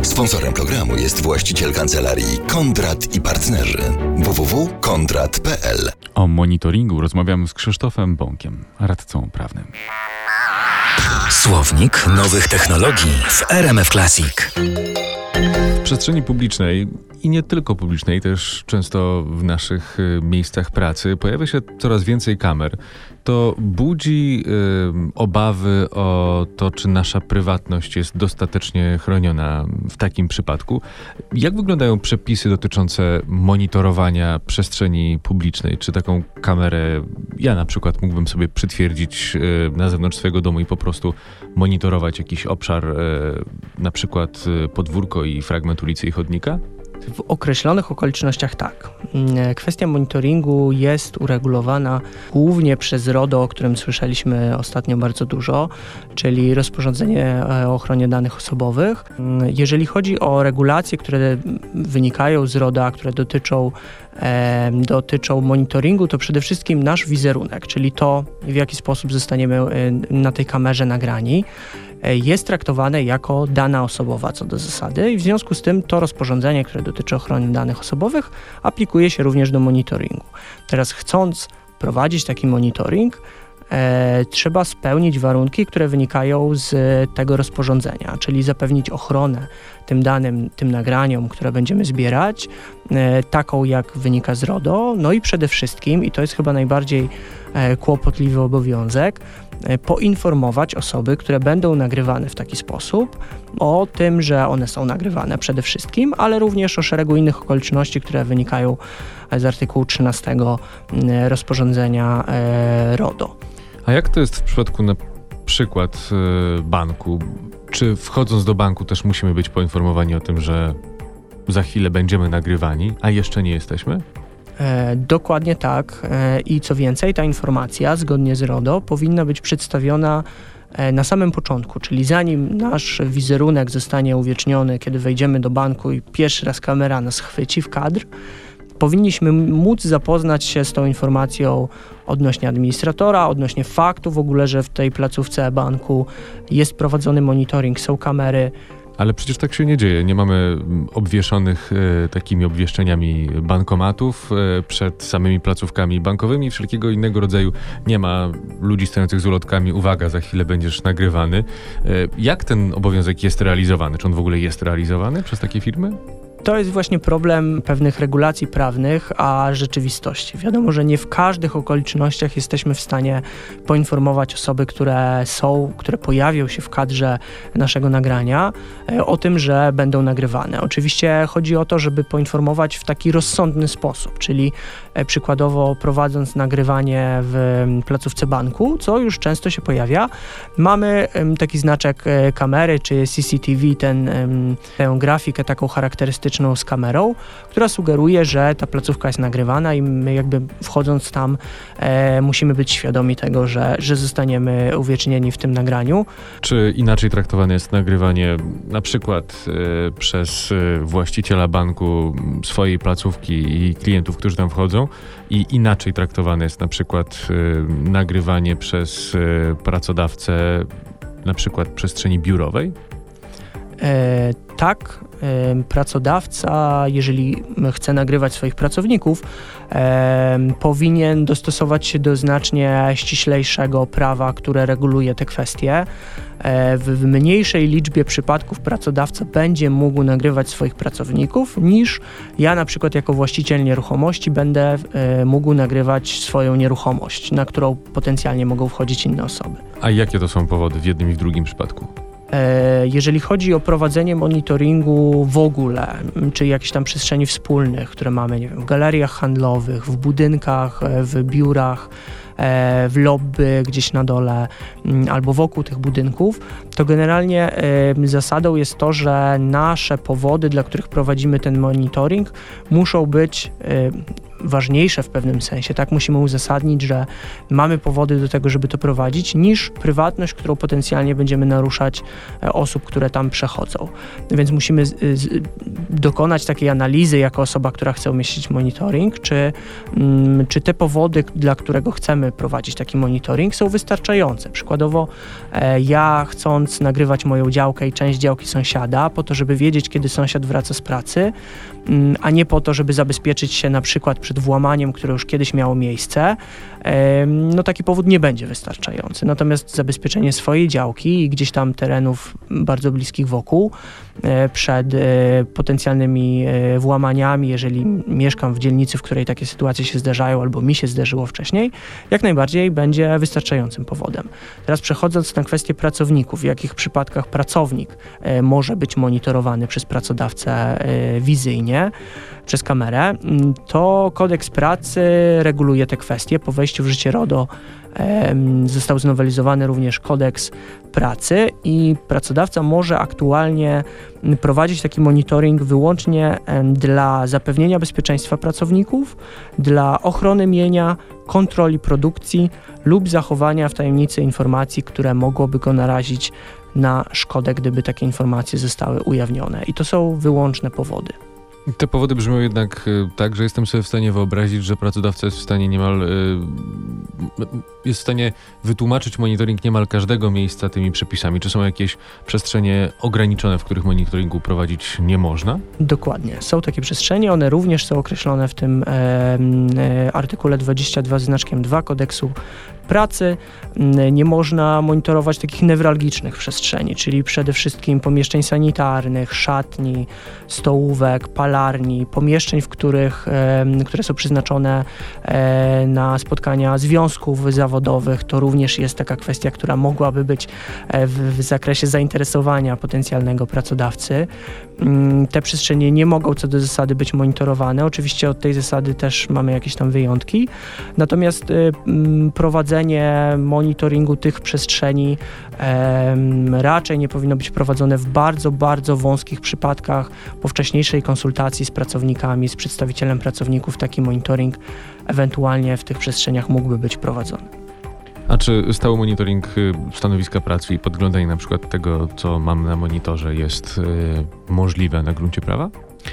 Sponsorem programu jest właściciel kancelarii Kondrat i Partnerzy www.kondrat.pl. O monitoringu rozmawiam z Krzysztofem Bąkiem, radcą prawnym. Słownik nowych technologii w RMF Classic. W przestrzeni publicznej i nie tylko publicznej, też często w naszych miejscach pracy pojawia się coraz więcej kamer. To budzi obawy o to, czy nasza prywatność jest dostatecznie chroniona w takim przypadku. Jak wyglądają przepisy dotyczące monitorowania przestrzeni publicznej? Czy taką kamerę ja na przykład mógłbym sobie przytwierdzić na zewnątrz swojego domu i po prostu monitorować jakiś obszar, na przykład podwórko i fragment ulicy i chodnika? W określonych okolicznościach tak. Kwestia monitoringu jest uregulowana głównie przez RODO, o którym słyszeliśmy ostatnio bardzo dużo, czyli rozporządzenie o ochronie danych osobowych. Jeżeli chodzi o regulacje, które wynikają z RODO, które dotyczą monitoringu, to przede wszystkim nasz wizerunek, czyli to, w jaki sposób zostaniemy na tej kamerze nagrani, jest traktowane jako dana osobowa co do zasady i w związku z tym to rozporządzenie, które dotyczy ochrony danych osobowych, aplikuje się również do monitoringu. Teraz chcąc prowadzić taki monitoring, trzeba spełnić warunki, które wynikają z tego rozporządzenia, czyli zapewnić ochronę tym danym, tym nagraniom, które będziemy zbierać, taką jak wynika z RODO, no i przede wszystkim, i to jest chyba najbardziej kłopotliwy obowiązek, poinformować osoby, które będą nagrywane w taki sposób, o tym, że one są nagrywane przede wszystkim, ale również o szeregu innych okoliczności, które wynikają z artykułu 13 rozporządzenia RODO. A jak to jest w przypadku na przykład banku? Czy wchodząc do banku też musimy być poinformowani o tym, że za chwilę będziemy nagrywani, a jeszcze nie jesteśmy? Dokładnie tak. I co więcej, ta informacja, zgodnie z RODO, powinna być przedstawiona na samym początku, czyli zanim nasz wizerunek zostanie uwieczniony, kiedy wejdziemy do banku i pierwszy raz kamera nas chwyci w kadr, powinniśmy móc zapoznać się z tą informacją odnośnie administratora, odnośnie faktu w ogóle, że w tej placówce banku jest prowadzony monitoring, są kamery. Ale przecież tak się nie dzieje. Nie mamy obwieszonych takimi obwieszczeniami bankomatów przed samymi placówkami bankowymi, wszelkiego innego rodzaju. Nie ma ludzi stojących z ulotkami, uwaga, za chwilę będziesz nagrywany. Jak ten obowiązek jest realizowany? Czy on w ogóle jest realizowany przez takie firmy? To jest właśnie problem pewnych regulacji prawnych, a rzeczywistości. Wiadomo, że nie w każdych okolicznościach jesteśmy w stanie poinformować osoby, które pojawią się w kadrze naszego nagrania, o tym, że będą nagrywane. Oczywiście chodzi o to, żeby poinformować w taki rozsądny sposób, czyli przykładowo prowadząc nagrywanie w placówce banku, co już często się pojawia, mamy taki znaczek kamery, czy CCTV, tę grafikę taką charakterystyczną z kamerą, która sugeruje, że ta placówka jest nagrywana i my jakby wchodząc tam musimy być świadomi tego, że zostaniemy uwiecznieni w tym nagraniu. Czy inaczej traktowane jest nagrywanie na przykład przez właściciela banku swojej placówki i klientów, którzy tam wchodzą i inaczej traktowane jest na przykład nagrywanie przez pracodawcę na przykład przestrzeni biurowej? Tak, pracodawca, jeżeli chce nagrywać swoich pracowników, powinien dostosować się do znacznie ściślejszego prawa, które reguluje te kwestie. W mniejszej liczbie przypadków pracodawca będzie mógł nagrywać swoich pracowników, niż ja na przykład jako właściciel nieruchomości będę mógł nagrywać swoją nieruchomość, na którą potencjalnie mogą wchodzić inne osoby. A jakie to są powody w jednym i w drugim przypadku? Jeżeli chodzi o prowadzenie monitoringu w ogóle, czy jakieś tam przestrzeni wspólnych, które mamy, nie wiem, w galeriach handlowych, w budynkach, w biurach, w lobby gdzieś na dole albo wokół tych budynków, to generalnie zasadą jest to, że nasze powody, dla których prowadzimy ten monitoring, muszą być ważniejsze w pewnym sensie, tak? Musimy uzasadnić, że mamy powody do tego, żeby to prowadzić, niż prywatność, którą potencjalnie będziemy naruszać osób, które tam przechodzą. Więc musimy dokonać takiej analizy jako osoba, która chce umieścić monitoring, czy te powody, dla którego chcemy prowadzić taki monitoring, są wystarczające. Przykładowo ja, chcąc nagrywać moją działkę i część działki sąsiada po to, żeby wiedzieć, kiedy sąsiad wraca z pracy, a nie po to, żeby zabezpieczyć się na przykład przed włamaniem, które już kiedyś miało miejsce, no taki powód nie będzie wystarczający. Natomiast zabezpieczenie swojej działki i gdzieś tam terenów bardzo bliskich wokół przed potencjalnymi włamaniami, jeżeli mieszkam w dzielnicy, w której takie sytuacje się zdarzają albo mi się zdarzyło wcześniej, jak najbardziej będzie wystarczającym powodem. Teraz przechodząc na kwestię pracowników, w jakich przypadkach pracownik może być monitorowany przez pracodawcę wizyjnie, przez kamerę, to kodeks pracy reguluje te kwestie. Po wejściu w życie RODO został znowelizowany również kodeks pracy i pracodawca może aktualnie prowadzić taki monitoring wyłącznie dla zapewnienia bezpieczeństwa pracowników, dla ochrony mienia, kontroli produkcji lub zachowania w tajemnicy informacji, które mogłoby go narazić na szkodę, gdyby takie informacje zostały ujawnione. I to są wyłączne powody. Te powody brzmią jednak tak, że jestem sobie w stanie wyobrazić, że pracodawca jest w stanie jest w stanie wytłumaczyć monitoring niemal każdego miejsca tymi przepisami. Czy są jakieś przestrzenie ograniczone, w których monitoringu prowadzić nie można? Dokładnie. Są takie przestrzenie, one również są określone w tym artykule 22 kodeksu pracy. Nie można monitorować takich newralgicznych przestrzeni, czyli przede wszystkim pomieszczeń sanitarnych, szatni, stołówek, palarni, pomieszczeń, które są przeznaczone na związków zawodowych. To również jest taka kwestia, która mogłaby być w zakresie zainteresowania potencjalnego pracodawcy. Te przestrzenie nie mogą co do zasady być monitorowane. Oczywiście od tej zasady też mamy jakieś tam wyjątki. Natomiast prowadzenie monitoringu tych przestrzeni raczej nie powinno być prowadzone w bardzo, bardzo wąskich przypadkach. Po wcześniejszej konsultacji z pracownikami, z przedstawicielem pracowników taki monitoring ewentualnie w tych przestrzeniach mógłby być prowadzony. A czy stały monitoring stanowiska pracy i podglądanie na przykład tego, co mam na monitorze, jest możliwe na gruncie prawa?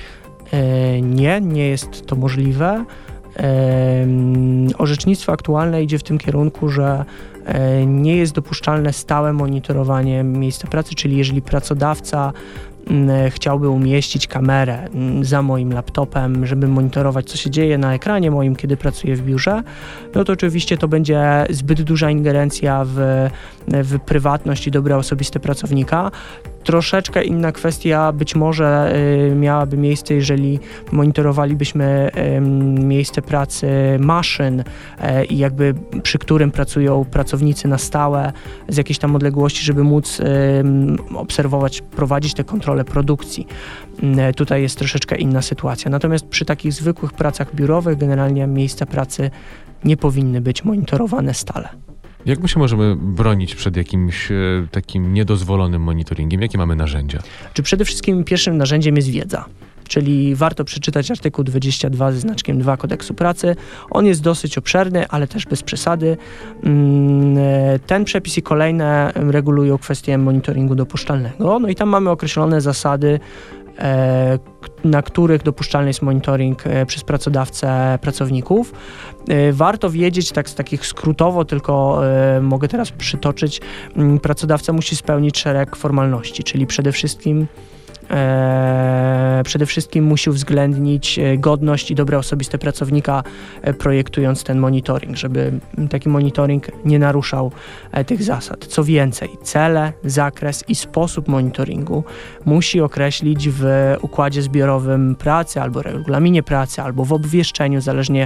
Nie jest to możliwe. Orzecznictwo aktualne idzie w tym kierunku, że nie jest dopuszczalne stałe monitorowanie miejsca pracy, czyli jeżeli pracodawca chciałby umieścić kamerę za moim laptopem, żeby monitorować, co się dzieje na ekranie moim, kiedy pracuję w biurze, no to oczywiście to będzie zbyt duża ingerencja w prywatność i dobra osobiste pracownika. Troszeczkę inna kwestia być może miałaby miejsce, jeżeli monitorowalibyśmy miejsce pracy maszyn i jakby przy którym pracują pracownicy na stałe z jakiejś tam odległości, żeby móc obserwować, prowadzić te kontrole produkcji. Tutaj jest troszeczkę inna sytuacja. Natomiast przy takich zwykłych pracach biurowych generalnie miejsca pracy nie powinny być monitorowane stale. Jak my się możemy bronić przed jakimś takim niedozwolonym monitoringiem? Jakie mamy narzędzia? Przede wszystkim pierwszym narzędziem jest wiedza. Czyli warto przeczytać artykuł 22 kodeksu pracy. On jest dosyć obszerny, ale też bez przesady. Ten przepis i kolejne regulują kwestię monitoringu dopuszczalnego. No i tam mamy określone zasady, na których dopuszczalny jest monitoring przez pracodawcę pracowników. Warto wiedzieć, tak z takich skrótowo, tylko mogę teraz przytoczyć, pracodawca musi spełnić szereg formalności, czyli przede wszystkim musi uwzględnić godność i dobre osobiste pracownika, projektując ten monitoring, żeby taki monitoring nie naruszał tych zasad. Co więcej, cele, zakres i sposób monitoringu musi określić w układzie zbiorowym pracy, albo regulaminie pracy, albo w obwieszczeniu, zależnie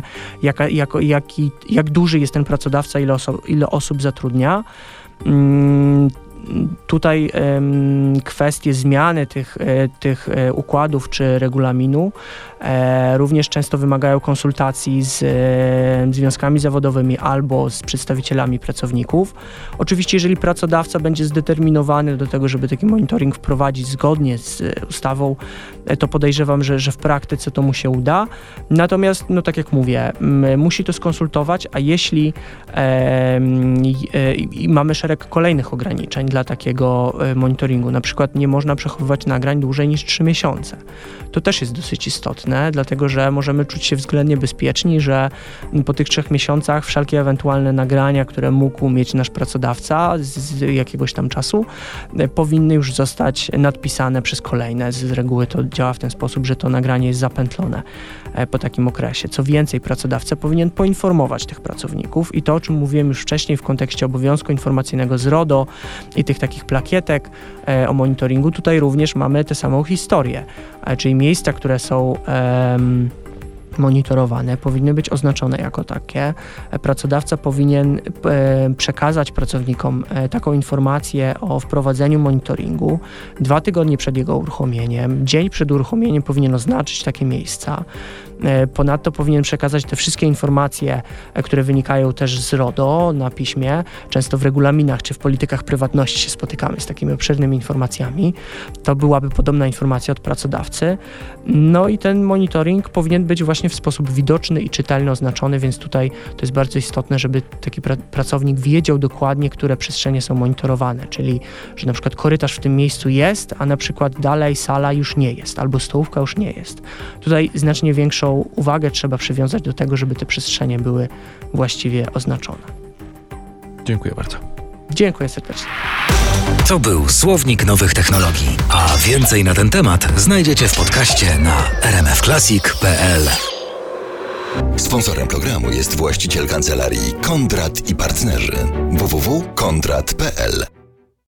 jak duży jest ten pracodawca, ile osób zatrudnia. tutaj kwestie zmiany tych układów czy regulaminu również często wymagają konsultacji z związkami zawodowymi albo z przedstawicielami pracowników. Oczywiście, jeżeli pracodawca będzie zdeterminowany do tego, żeby taki monitoring wprowadzić zgodnie z ustawą, to podejrzewam, że w praktyce to mu się uda. Natomiast, no tak jak mówię, musi to skonsultować, a jeśli mamy szereg kolejnych ograniczeń dla takiego monitoringu, na przykład nie można przechowywać nagrań dłużej niż 3 miesiące. To też jest dosyć istotne, dlatego że możemy czuć się względnie bezpieczni, że po tych 3 miesiącach wszelkie ewentualne nagrania, które mógł mieć nasz pracodawca z jakiegoś tam czasu, powinny już zostać nadpisane przez kolejne. Z reguły to działa w ten sposób, że to nagranie jest zapętlone po takim okresie. Co więcej, pracodawca powinien poinformować tych pracowników i to, o czym mówiłem już wcześniej w kontekście obowiązku informacyjnego z RODO i tych takich plakietek o monitoringu, tutaj również mamy tę samą historię, czyli miejsca, które są monitorowane, powinny być oznaczone jako takie. Pracodawca powinien przekazać pracownikom taką informację o wprowadzeniu monitoringu 2 tygodnie przed jego uruchomieniem. Dzień przed uruchomieniem powinien oznaczyć takie miejsca. Ponadto powinien przekazać te wszystkie informacje, które wynikają też z RODO na piśmie. Często w regulaminach czy w politykach prywatności się spotykamy z takimi obszernymi informacjami. To byłaby podobna informacja od pracodawcy. No i ten monitoring powinien być właśnie w sposób widoczny i czytelny oznaczony, więc tutaj to jest bardzo istotne, żeby taki pracownik wiedział dokładnie, które przestrzenie są monitorowane, czyli że na przykład korytarz w tym miejscu jest, a na przykład dalej sala już nie jest, albo stołówka już nie jest. Tutaj znacznie większą uwagę trzeba przywiązać do tego, żeby te przestrzenie były właściwie oznaczone. Dziękuję bardzo. Dziękuję serdecznie. To był Słownik Nowych Technologii, a więcej na ten temat znajdziecie w podcaście na rmfclassic.pl. Sponsorem programu jest właściciel kancelarii Kondrat i Partnerzy www.kondrat.pl.